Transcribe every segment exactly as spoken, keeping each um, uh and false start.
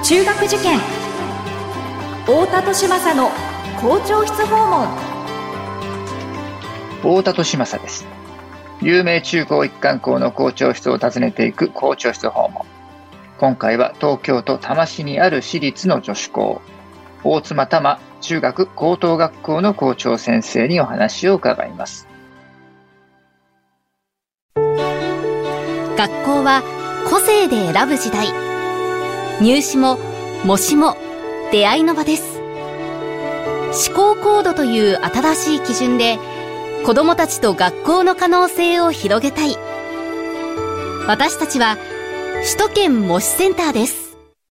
中学受験、太田利政の校長室訪問。 太田利政です。有名中高一貫校の校長室を訪ねていく校長室訪問。今回は東京都多摩市にある私立の女子校、大妻多摩中学高等学校の校長先生にお話を伺います。 学校は個性で選ぶ時代。入試も模試も出会いの場です。思考コードという新しい基準で子どもたちと学校の可能性を広げたい。私たちは首都圏模試センターです。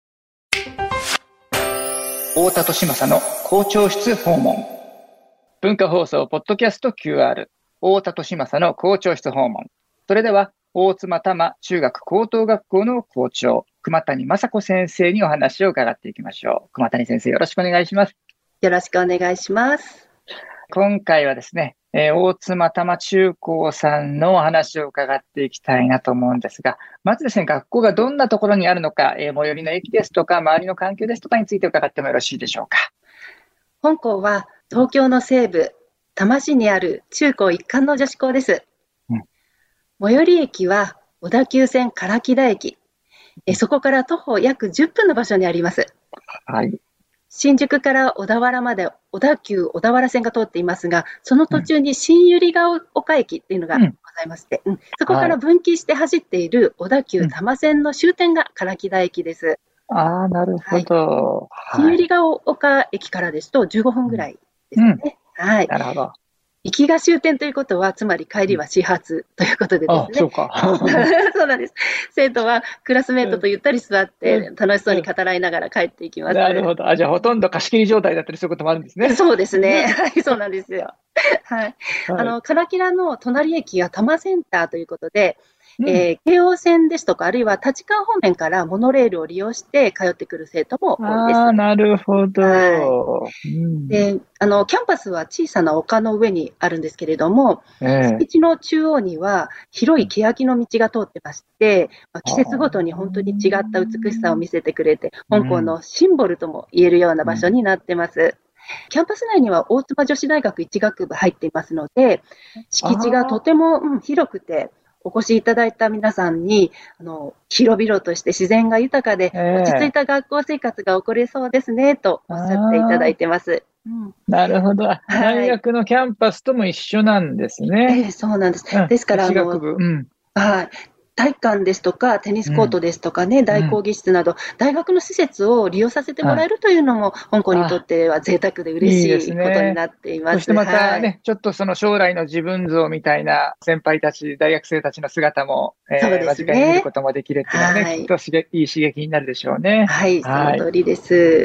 太田利政の校長室訪問。文化放送ポッドキャスト キューアール 太田利政の校長室訪問。それでは大妻多摩中学高等学校の校長熊谷雅子先生にお話を伺っていきましょう。熊谷先生、よろしくお願いします。 よろしくお願いします。 今回はですね、えー、大妻多摩中高さんのお話を伺っていきたいなと思うんですが、まずですね、学校がどんなところにあるのか、えー、最寄りの駅ですとか周りの環境ですとかについて伺ってもよろしいでしょうか。 本校は東京の西部多摩市にある中高一貫の女子校です。うん、最寄り駅は小田急線唐木田駅、えそこから徒歩約じゅっぷんの場所にあります。 はい、 新宿から小田原まで小田急小田原線が通っていますが、その途中に新百合ヶ丘駅っていうのがございまして、うんうん、そこから分岐して走っている小田急多摩線の終点が唐木田駅です。 うん、ああ、なるほど。 はい、新百合ヶ丘駅からですとじゅうごふんぐらいですね。うん、はい。 なるほど。 行きが終点ということは、つまり帰りは始発ということでですね。 あ、そうか。 そうなんです。生徒はクラスメートとゆったり座って楽しそうに語らいながら帰っていきます。 なるほど。あ、じゃあほとんど貸し切り状態だったりすることもあるんですね。 そうですね。はい、そうなんですよ。はい。あの、唐木田の隣駅が多摩センターということで、うん、えー、京王線ですとか、あるいは立川方面からモノレールを利用して通ってくる生徒も多いです。 ああ、なるほど。はい、うん、で、あの、キャンパスは小さな丘の上にあるんですけれども、えー、敷地の中央には広い欅の道が通ってまして、まあ、季節ごとに本当に違った美しさを見せてくれて、本校のシンボルとも言えるような場所になってます。うんうん、キャンパス内には大妻女子大学一学部入っていますので、敷地がとても、うん、広くて、お越しいただいた皆さんに、あの、広々として自然が豊かで、落ち着いた学校生活が送れそうですね、とおっしゃっていただいてます。 うん、なるほど。大学のキャンパスとも一緒なんですね。 はい、えー、そうなんです。うん、ですから、あの、 うん、 はい。体育館ですとか、テニスコートですとかね、うん、大講義室など、大学の施設を利用させてもらえるというのも、はい、本校にとっては贅沢で嬉しいことになっています。 いいですね。そしてまたね、はい、ちょっとその将来の自分像みたいな先輩たち、大学生たちの姿も、えー、間近に見ることもできるっていうのはね、はい、きっと刺激いい刺激になるでしょうね。 はい、はい、その通りです。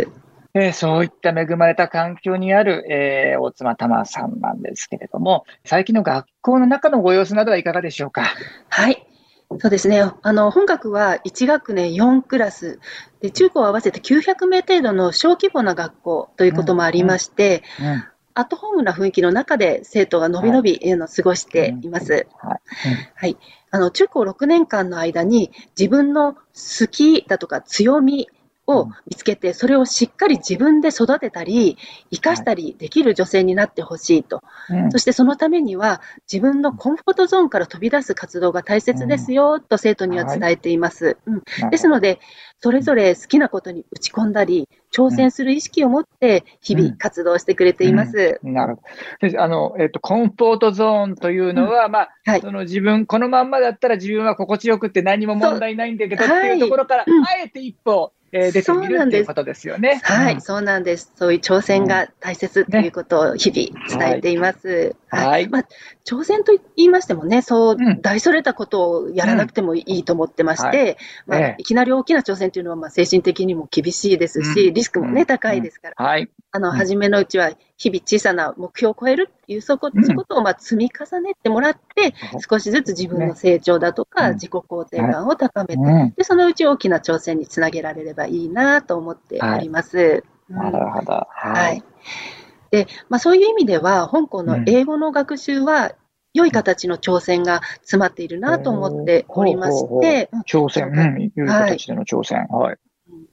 えー、そういった恵まれた環境にある、えー、大妻多摩さんなんですけれども、最近の学校の中のご様子などはいかがでしょうか。 はい。そうですね。あの、本学はいち学年よんクラスで、中高合わせてきゅうひゃくめい程度の小規模な学校ということもありまして、うんうんうん、アットホームな雰囲気の中で生徒がのびのび、はい、過ごしています。はい。はい。あの、中高ろくねんかんの間に自分の好きだとか強みを見つけて、それをしっかり自分で育てたり、生かしたりできる女性になってほしいと、はい。そしてそのためには、自分のコンフォートゾーンから飛び出す活動が大切ですよ、と生徒には伝えています。はい。うん、ですので、それぞれ好きなことに打ち込んだり、挑戦する意識を持って日々活動してくれています。 うんうん、なるほど。あの、えっと、コンフォートゾーンというのは、うん、まあ、はい、その自分、このまんまだったら自分は心地よくって何も問題ないんだけどっていうところから、はい、あえて一歩、えー、出てみるっていうことですよね。 はい、うん、そうなんです。そういう挑戦が大切ということを日々伝えています。うん、はい。はい、まあ、挑戦と言いましてもね、そう、大それたことをやらなくてもいいと思ってまして、うんはいまあ、いきなり大きな挑戦というのは、まあ、精神的にも厳しいですし、うん、リスクもね、高いですから。はい。あの、初めのうちは日々小さな目標を超えるっていう、そこ、そういうことをまあ積み重ねてもらって、少しずつ自分の成長だとか、自己肯定感を高めて、で、そのうち大きな挑戦につなげられればいいなと思っております。はいうん、なるほど。はい。 はい、で、まあそういう意味では、香港の英語の学習は、良い形の挑戦が詰まっているなと思っておりまして。 挑戦、うん、いう形での挑戦。はい。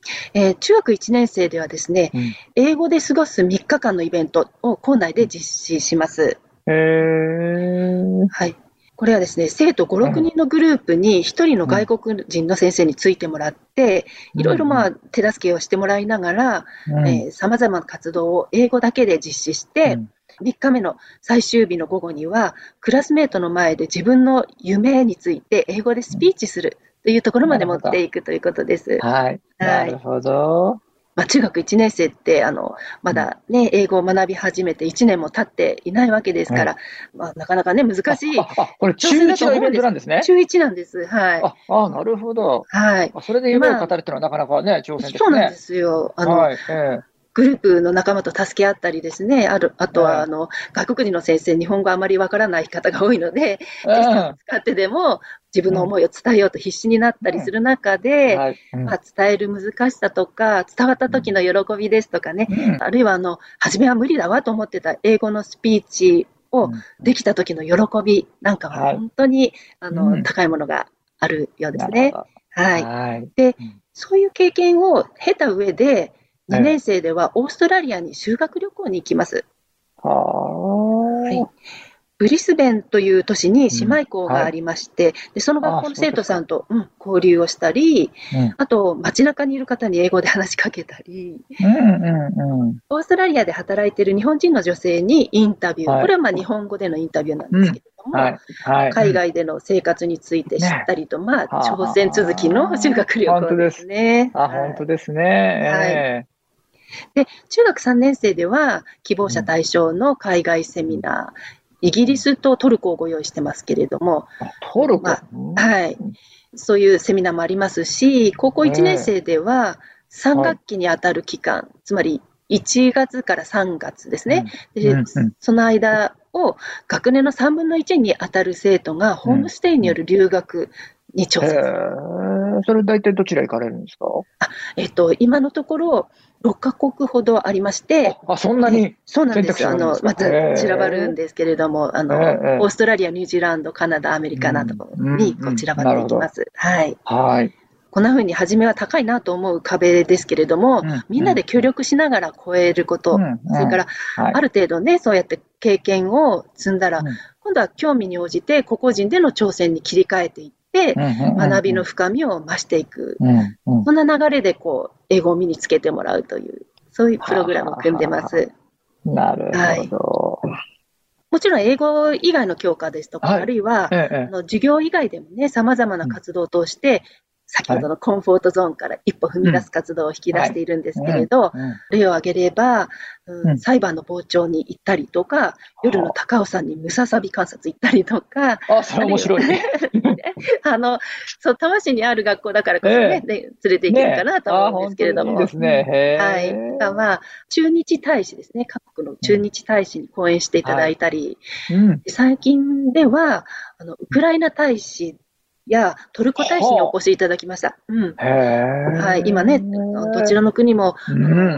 えー、中学いちねん生ではですね、うん、英語で過ごすみっかかんのイベントを校内で実施します。 へー。 はい。これはですね、生徒ご、ろくにんのグループにひとりの外国人の先生についてもらって、うん、いろいろまあ手助けをしてもらいながら、うん、えー、様々な活動を英語だけで実施して、うん、みっかめの最終日の午後には、クラスメートの前で自分の夢について英語でスピーチするというところまで持っていくということです。 はい。なるほど。 まあ、中学いちねん生って、あの、まだね、英語を学び始めていちねんも経っていないわけですから、はい、まあ、なかなかね、難しい。 あ、あこれ中いちのイベントなんですね。 中いちなんです。はい。 あ、あなるほど。 はい。 それで夢を語るっていうのはなかなかね、挑戦ですね。 そうなんですよ。あの、はい、えーグループの仲間と助け合ったりですね、ある、あとは、あの、外国人の先生、日本語あまりわからない方が多いので、テストを使ってでも自分の思いを伝えようと必死になったりする中で、まあ、伝える難しさとか、伝わった時の喜びですとかね、あるいは、あの、初めは無理だわと思ってた英語のスピーチをできた時の喜びなんかは本当に、あの、高いものがあるようですね。はい。で、そういう経験を経た上で、にねん生ではオーストラリアに修学旅行に行きます。はい、ブリスベンという都市に姉妹校がありまして、うんはい、でその学校の生徒さんと、うん、交流をしたり、うん、あと街中にいる方に英語で話しかけたり、うんうんうん、オーストラリアで働いている日本人の女性にインタビュー、はい、これはまあ日本語でのインタビューなんですけれども、うんはいはい、海外での生活について知ったりと、ね、まあ挑戦続きの修学旅行ですね。 あ、本当ですね。はいえーで、中学さんねん生では希望者対象の海外セミナー、イギリスとトルコをご用意してますけれども、 トルコ、 まあ、はい。そういうセミナーもありますし、高校いちねん生ではさん学期にあたる期間、はい、つまりいちがつからさんがつですね。うんでうん、その間を学年のさんぶんのいちにあたる生徒がホームステイによる留学に挑戦する。 うん、それ大体どちら行かれるんですか？ あ、えっと、今のところ、ろっかこくほどありまして、あ、そんなにそうなんです。あの、まず散らばるんですけれども、あの、オーストラリア、ニュージーランド、カナダ、アメリカなどにこう散らばっていきます。はい。 はい。 こんな風に初めは高いなと思う壁ですけれども、うん、みんなで協力しながら越えること、うん、それから、はい、ある程度ね、そうやって経験を積んだら、うん、今度は興味に応じて個々人での挑戦に切り替えていって、学びの深みを増していく。うんうん、そんな流れでこう、英語を身につけてもらうという、そういうプログラムを組んでます。 なるほど。はい、 もちろん英語以外の教科ですとか、はい、あるいは、ええ、あの授業以外でもね、様々な活動を通して、うん先ほどのコンフォートゾーンから一歩踏み出す活動を引き出しているんですけれど、例を挙げれば、うん、裁判の傍聴に行ったりとか、夜の高尾山にムササビ観察行ったりとか、 あ、それ面白い。 あの、そう、多摩市にある学校だからこそね、えー、連れて行けるかなと思うんですけれども。 ね、いいですね。へはい。まあ、駐日大使ですね。各国の駐日大使に講演していただいたり、はいうん、最近では、あの、ウクライナ大使やトルコ大使にお越しいただきました。うん。はい。今ね、どちらの国も、うん、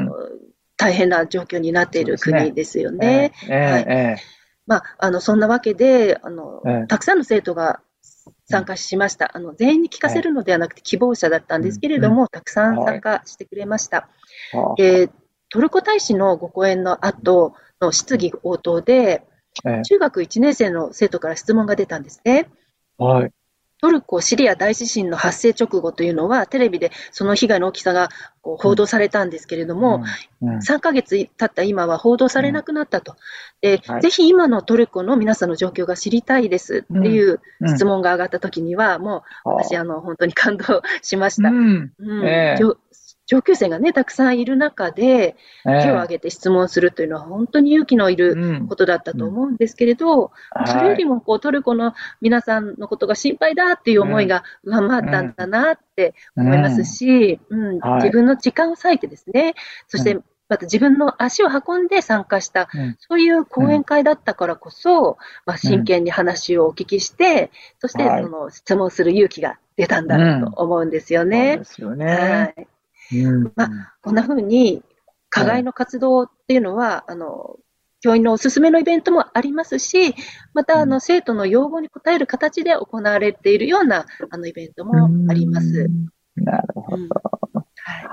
大変な状況になっている国ですよね。ねえーはいえー、まあ、あの、そんなわけで、あの、えー、たくさんの生徒が参加しました。あの、全員に聞かせるのではなくて希望者だったんですけれども、うん、たくさん参加してくれました。はい、で、トルコ大使のご講演の後の質疑応答で、えー、中学いちねん生の生徒から質問が出たんですね。 はい。 トルコ・シリア大地震の発生直後というのはテレビでその被害の大きさがこう報道されたんですけれども、うんうん、さんかげつ経った今は報道されなくなったと、ではい、ぜひ今のトルコの皆さんの状況が知りたいですっていう質問が上がった時には、もう私あの本当に感動しました、うんうんえー、上級生がねたくさんいる中で手を挙げて質問するというのは本当に勇気のいることだったと思うんですけれど、うん、それよりもこうトルコの皆さんのことが心配だっていう思いが上回ったんだなって思いますし、うんうんはい、自分の時間を割いてですね、そしてまた自分の足を運んで参加した、うん、そういう講演会だったからこそ、まあ、真剣に話をお聞きして、そしてその質問する勇気が出たんだろうと思うんですよね。 そうですよね。はいうんまあ、こんな風に課外の活動っていうのは、はい、あの教員のおすすめのイベントもありますし、またあの生徒の要望に応える形で行われているようなあのイベントもあります。 なるほど、うんはい。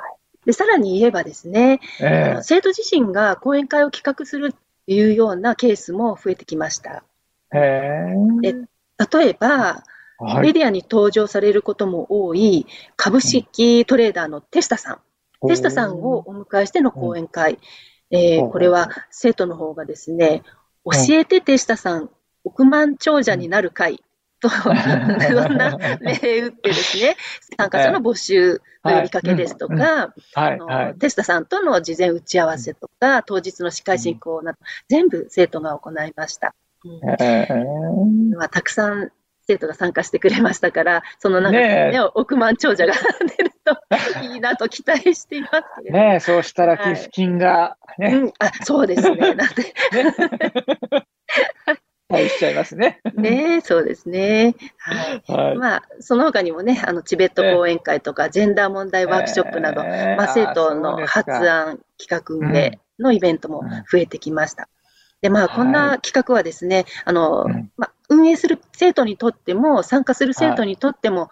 で、さらに言えばですね、 ええあの生徒自身が講演会を企画するというようなケースも増えてきました。 へえ。 で、例えば、 はい。 メディアに登場されることも多い株式トレーダーのテスタさん。 うん、 テスタさんをお迎えしての講演会。えー、これは生徒の方がですね、教えてテスタさん、億万長者になる会と、そんな銘打ってですね、参加者の募集の呼びかけですとか、テスタさんとの事前打ち合わせとか、当日の司会進行など、全部生徒が行いました。うんまあ、たくさん生徒が参加してくれましたから、その中で、ね、億万長者が出るといいなと期待していますけれども。 ねえ、そうしたら寄付金が、ね、 はいうん、あ、そうですね。なんて。 入っちゃいますね。 ねそうですね。はい。はい、まあ、その他にもね、あの、チベット講演会とか、ジェンダー問題ワークショップなど、えー、まあ、生徒の発案、企画運営のイベントも増えてきました。で、まあ、こんな企画はですね、はい、あの、まあ、運営する生徒にとっても、参加する生徒にとっても、はい、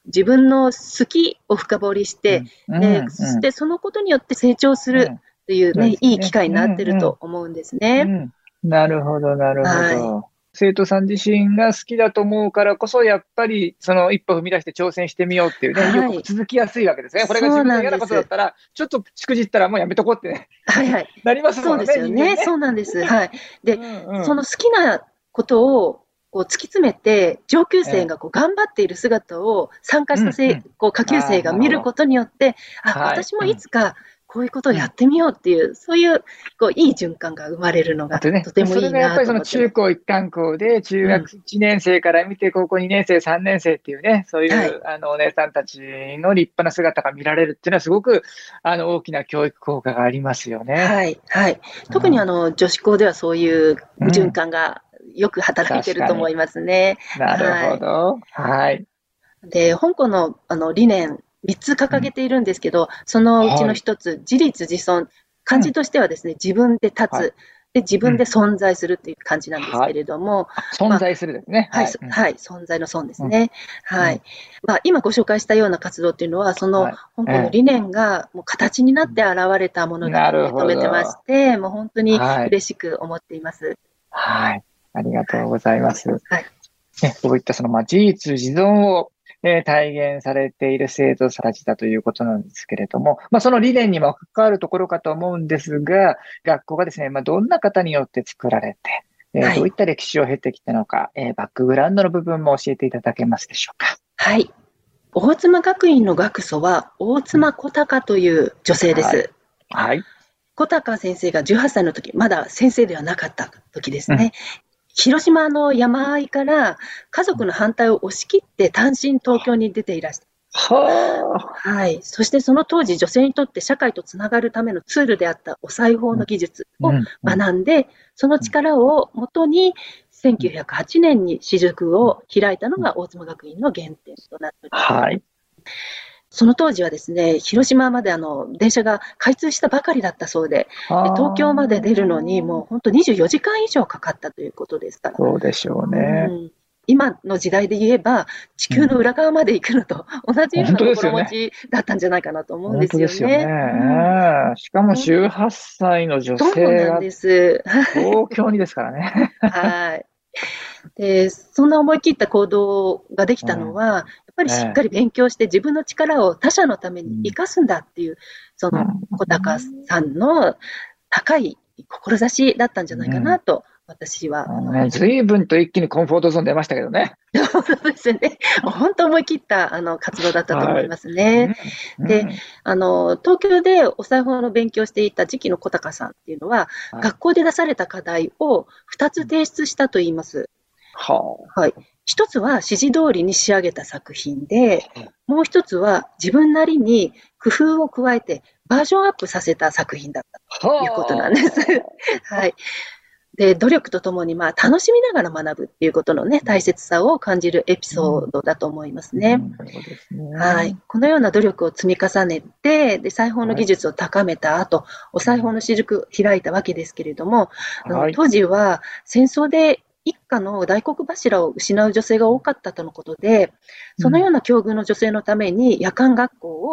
自分の好きを深掘りして、うん、で、うん、そしてそのことによって成長するというね、うん、いい機会になってると思うんですね。 うんうん、なるほど、なるほど。はい生徒さん自身が好きだと思うからこそ、やっぱりその一歩踏み出して挑戦してみようっていうね、はい、意欲続きやすいわけですね。これが自分の嫌なことだったら、ちょっとしくじったらもうやめとこうってね。 はいはい。 なりますもんね。 そうですよね。そうなんです。はい。で、うんうん、その好きなことをこう突き詰めて、上級生がこう頑張っている姿を参加したせい、うんうん、こう下級生が見ることによって、あ、はい、私もいつか、こういうことをやってみようっていう、うん、そういう、こう、いい循環が生まれるのが、とてもいいなと思って。それがやっぱりその中高一貫校で、中学いちねん生から見て、高校にねん生、さんねん生っていうね、そういう、はい、あの、お姉さんたちの立派な姿が見られるっていうのは、すごく、あの、大きな教育効果がありますよね。 はい、はい。特にあの、女子校ではそういう循環がよく働いてると思いますね。 うん、なるほど。はい。はい、 で、香港の、あの、理念、みっつ掲げているんですけど、そのうちのひとつ、はい、自立自尊。漢字としてはですね、自分で立つ。はい、で、自分で存在するっていう感じなんですけれども。 はい、存在するですね。 まあ、はい、はい、存在の存ですね。うん、はい。まあ、今ご紹介したような活動っていうのは、その、香港の理念がもう形になって現れたものだと認めてまして、もう本当に嬉しく思っています。 はい。はい、ありがとうございます。はい。ね、こういったその、まあ、自立自尊をえー、体現されている生徒さんたちだということなんですけれども、まあ、その理念にも関わるところかと思うんですが、学校がですね、まあ、どんな方によって作られて、えーはい、どういった歴史を経てきたのか、えー、バックグラウンドの部分も教えていただけますでしょうか。 はい。大妻学院の学祖は、大妻小高という女性です。 はい。はい、 小高先生がじゅうはっさいの時、まだ先生ではなかった時ですね。うん広島の山あいから家族の反対を押し切って単身東京に出ていらした。 はあ、はい。そしてその当時女性にとって社会とつながるためのツールであったお裁縫の技術を学んで、その力をもとにせんきゅうひゃくはちねんに私塾を開いたのが大妻学院の原点となっております。 はい。 その当時はですね、広島まであの電車が開通したばかりだったそうで、東京まで出るのにもう本当にじゅうよじかん以上かかったということですから。 そうでしょうね。うん、 今の時代で言えば、地球の裏側まで行くのと同じような心持ちだったんじゃないかなと思うんですよね。 本当ですよね。うん、しかもじゅうはっさいの女性がそうなんです。 東京にですからね。 はい。で、そんな思い切った行動ができたのは、うん、やっぱりしっかり勉強して自分の力を他者のために生かすんだっていう、その小高さんの高い志だったんじゃないかなと、私は。 ね、随分と一気にコンフォートゾーン出ましたけどね。 そうですね。本当思い切ったあの活動だったと思いますね。はい、で、あの、東京でお裁縫の勉強していた時期の小高さんっていうのは、はい、学校で出された課題をふたつ提出したといいます。 はあ、はい。一つは指示通りに仕上げた作品で、もう一つは自分なりに工夫を加えてバージョンアップさせた作品だったということなんです。はい。で、努力とともに、まあ、楽しみながら学ぶっていうことのね、大切さを感じるエピソードだと思いますね。うんそうですねはい。このような努力を積み重ねて、で、裁縫の技術を高めた後、はい、お裁縫の私塾を開いたわけですけれども、はい、当時は戦争で一家の大黒柱を失う女性が多かったとのことで、そのような境遇の女性のために夜間学校を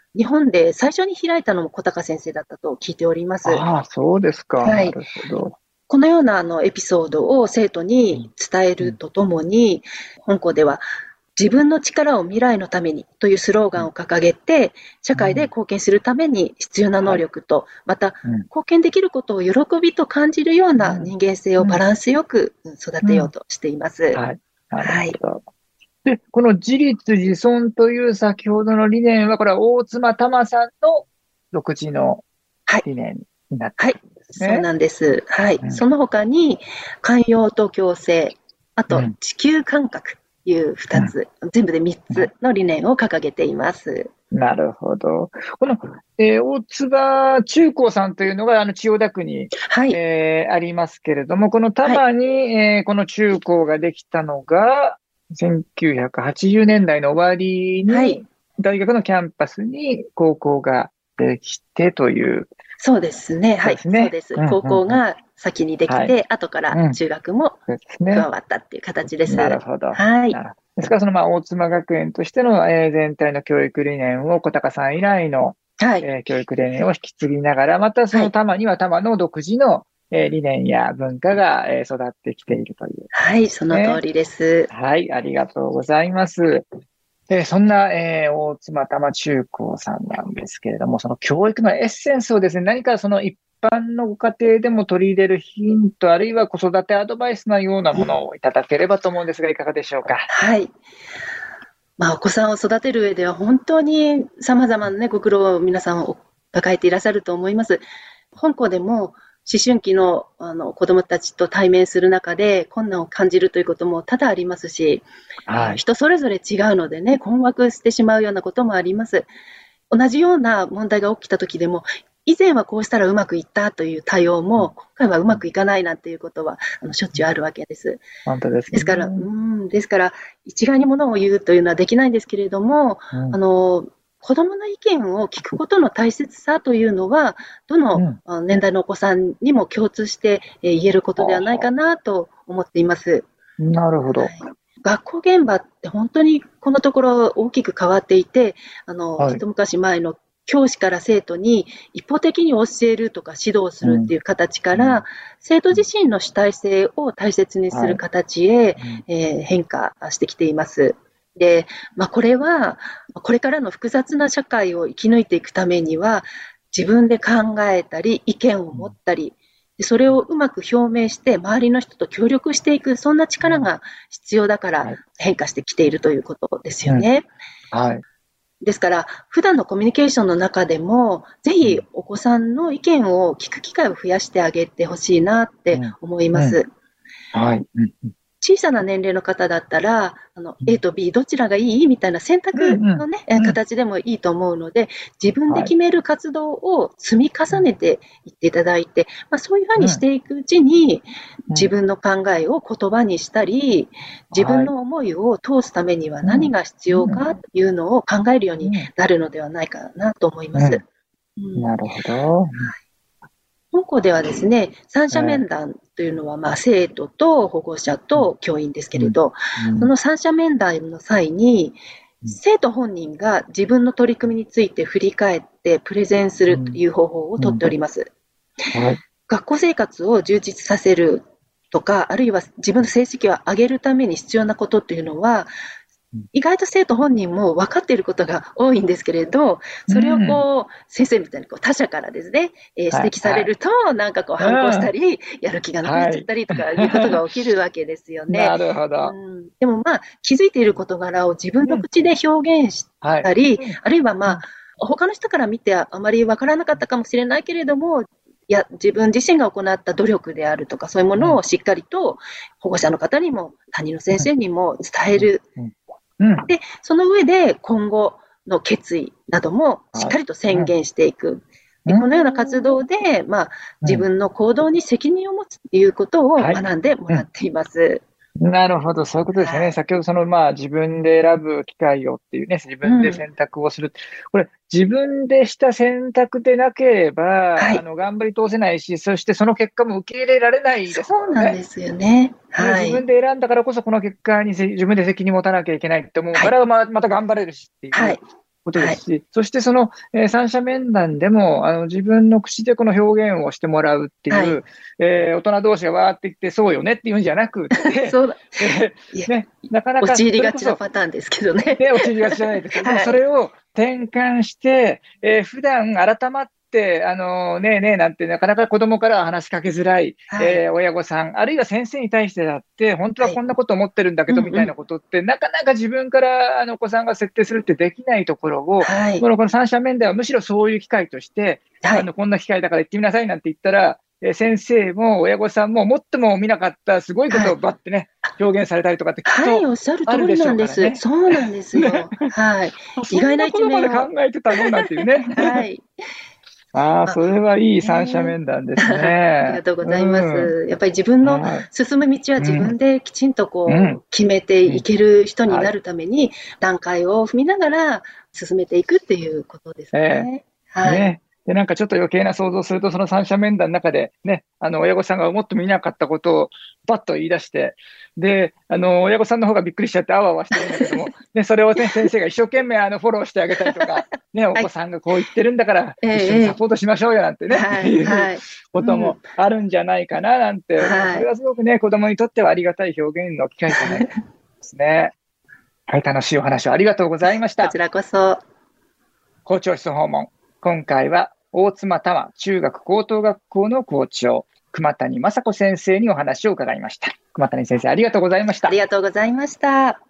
日本で最初に開いたのも小高先生だったと聞いております。 ああ、そうですか。 はい、 なるほど。 このようなあのエピソードを生徒に伝えるとともに、うん、本校では自分の力を未来のためにというスローガンを掲げて、社会で貢献するために必要な能力と、また貢献できることを喜びと感じるような人間性をバランスよく育てようとしています。 はい。なるほど。で、この自立自尊という先ほどの理念は、これは大妻タマさんの独自の理念になっているんですね。 はい、はい、そうなんです。はい。うん、その他に、寛容と共生、あと地球感覚、いうふたつ、うん、全部でみっつの理念を掲げています。 なるほど。この、えー、大妻中高さんというのがあの千代田区に、はいえー、ありますけれども、この多摩に、はいえー、この中高ができたのがせんきゅうひゃくはちじゅうねんだいの終わりに、はい、大学のキャンパスに高校ができてという。 そうですね。はい。そうです。高校が先にできて、はい、後から中学も加わったっていう形です。 なるほど。 はい。 ですから、そのまあ大妻学園としての、えー、全体の教育理念を小高さん以来の、はいえー、教育理念を引き継ぎながら、またその多摩には多摩の独自の、えー、理念や文化が、えー、育ってきているという、ね。 はい、その通りです。 はい、ありがとうございます。えー、そんな、えー、大妻多摩中高さんなんですけれども、その教育のエッセンスをですね、何かその一般のご家庭でも取り入れるヒント、あるいは子育てアドバイスのようなものをいただければと思うんですが、いかがでしょうか。 はい。まあ、お子さんを育てる上では本当に様々なね、ご苦労を皆さんを抱えていらっしゃると思います。本校でも、思春期の、あの子どもたちと対面する中で困難を感じるということも多々ありますし、はい、人それぞれ違うのでね、困惑してしまうようなこともあります。同じような問題が起きた時でも、以前はこうしたらうまくいったという対応も、今回はうまくいかないなんていうことはあのしょっちゅうあるわけです。 本当ですね。 ですから、うん、ですから一概にものを言うというのはできないんですけれども、うん、あの子どもの意見を聞くことの大切さというのは、どの年代のお子さんにも共通して言えることではないかなと思っています。 なるほど。はい、 学校現場って本当にこのところ大きく変わっていて、あの、はい、一昔前の教師から生徒に一方的に教えるとか指導するっていう形から、うん、生徒自身の主体性を大切にする形へ、はいえー、変化してきています。で、まあ、これはこれからの複雑な社会を生き抜いていくためには自分で考えたり意見を持ったりそれをうまく表明して周りの人と協力していくそんな力が必要だから変化してきているということですよね。 はいはい、 ですから普段のコミュニケーションの中でもぜひお子さんの意見を聞く機会を増やしてあげてほしいなって思います。 うんうんはいうん小さな年齢の方だったらあの A と B どちらがいいみたいな選択の、ねうんうん、形でもいいと思うので自分で決める活動を積み重ねていっていただいて、まあ、そういうふうにしていくうちに自分の考えを言葉にしたり自分の思いを通すためには何が必要かというのを考えるようになるのではないかなと思います。 うんうん、なるほど。 本校ではですね、三者面談というのは、まあ、生徒と保護者と教員ですけれど、うんうん、その三者面談の際に、生徒本人が自分の取り組みについて振り返ってプレゼンするという方法をとっております。うんはい、学校生活を充実させるとか、あるいは自分の成績を上げるために必要なことというのは、意外と生徒本人も分かっていることが多いんですけれど、それをこう、うん、先生みたいにこう他者からですね、えー、指摘されると、はい、なんかこう反抗したり、うん、やる気がなくなっちゃったりとかいうことが起きるわけですよね。 なるほど、 うん。でもまあ、気づいている事柄を自分の口で表現したり、うんはい、あるいはまあ、他の人から見てあまり分からなかったかもしれないけれども、いや自分自身が行った努力であるとかそういうものをしっかりと保護者の方にも他人の先生にも伝える。うんうん、で、その上で今後の決意などもしっかりと宣言していく。でこのような活動で、まあ、自分の行動に責任を持つということを学んでもらっています。はいうん、なるほど、そういうことですね。はい、先ほどその、まあ、自分で選ぶ機会をっていうね、自分で選択をする。うん、これ、自分でした選択でなければ、はい、あの、頑張り通せないし、そしてその結果も受け入れられないですよね。 そうなんですよね。はい。 自分で選んだからこそ、この結果に自分で責任持たなきゃいけないって思うから、はい、まあ、また頑張れるしっていうこことですし、はい、そしてその、えー、三者面談でもあの自分の口でこの表現をしてもらうっていう、はい、えー、大人同士がわーってきてそうよねっていうんじゃなくてそうだ、 えーね、なかなか陥りがちなパターンですけどね。 ね、陥りがちじゃないですけど、はい、それを転換して、えー、普段改まって、あのねえねえなんてなかなか子供からは話しかけづらい、はい、えー、親御さん、あるいは先生に対してだって、本当はこんなこと思ってるんだけど、みたいなことって、はい、なかなか自分からあのお子さんが設定するってできないところを、はい、このこの三者面談はむしろそういう機会として、はい、あのこんな機会だから言ってみなさいなんて言ったら、えー、先生も親御さんももっとも見なかったすごいことをばってね、はい、表現されたりとかってきっとあるでしょうからね。 はい、おっしゃる通りなんです。そうなんですよ。はい。意外な一面を。 そんなことまで考えてたのなんていうね。 はい。 ああ、それはいい三者面談ですね。 ありがとうございます。うん、やっぱり自分の進む道は自分できちんとこう、うん、決めていける人になるために、うん、段階を踏みながら進めていくっていうことですね。 えー、はい。ね、で、なんかちょっと余計な想像すると、その三者面談の中でね、あの、親御さんがもっと見なかったことをパッと言い出して、で、あの、親御さんの方がびっくりしちゃってあわあわしてるんだけども、ね、それをね、先生が一生懸命あのフォローしてあげたりとか、ね、お子さんがこう言ってるんだから、一緒にサポートしましょうよなんてね、 はい、 いうこともあるんじゃないかななんて、はい、それはすごくね、子供にとってはありがたい表現の機会じゃないですね。はい、楽しいお話をありがとうございました。 こちらこそ。 校長室訪問。今回は大妻多摩中学高等学校の校長、熊谷雅子先生にお話を伺いました。熊谷先生、ありがとうございました。 ありがとうございました。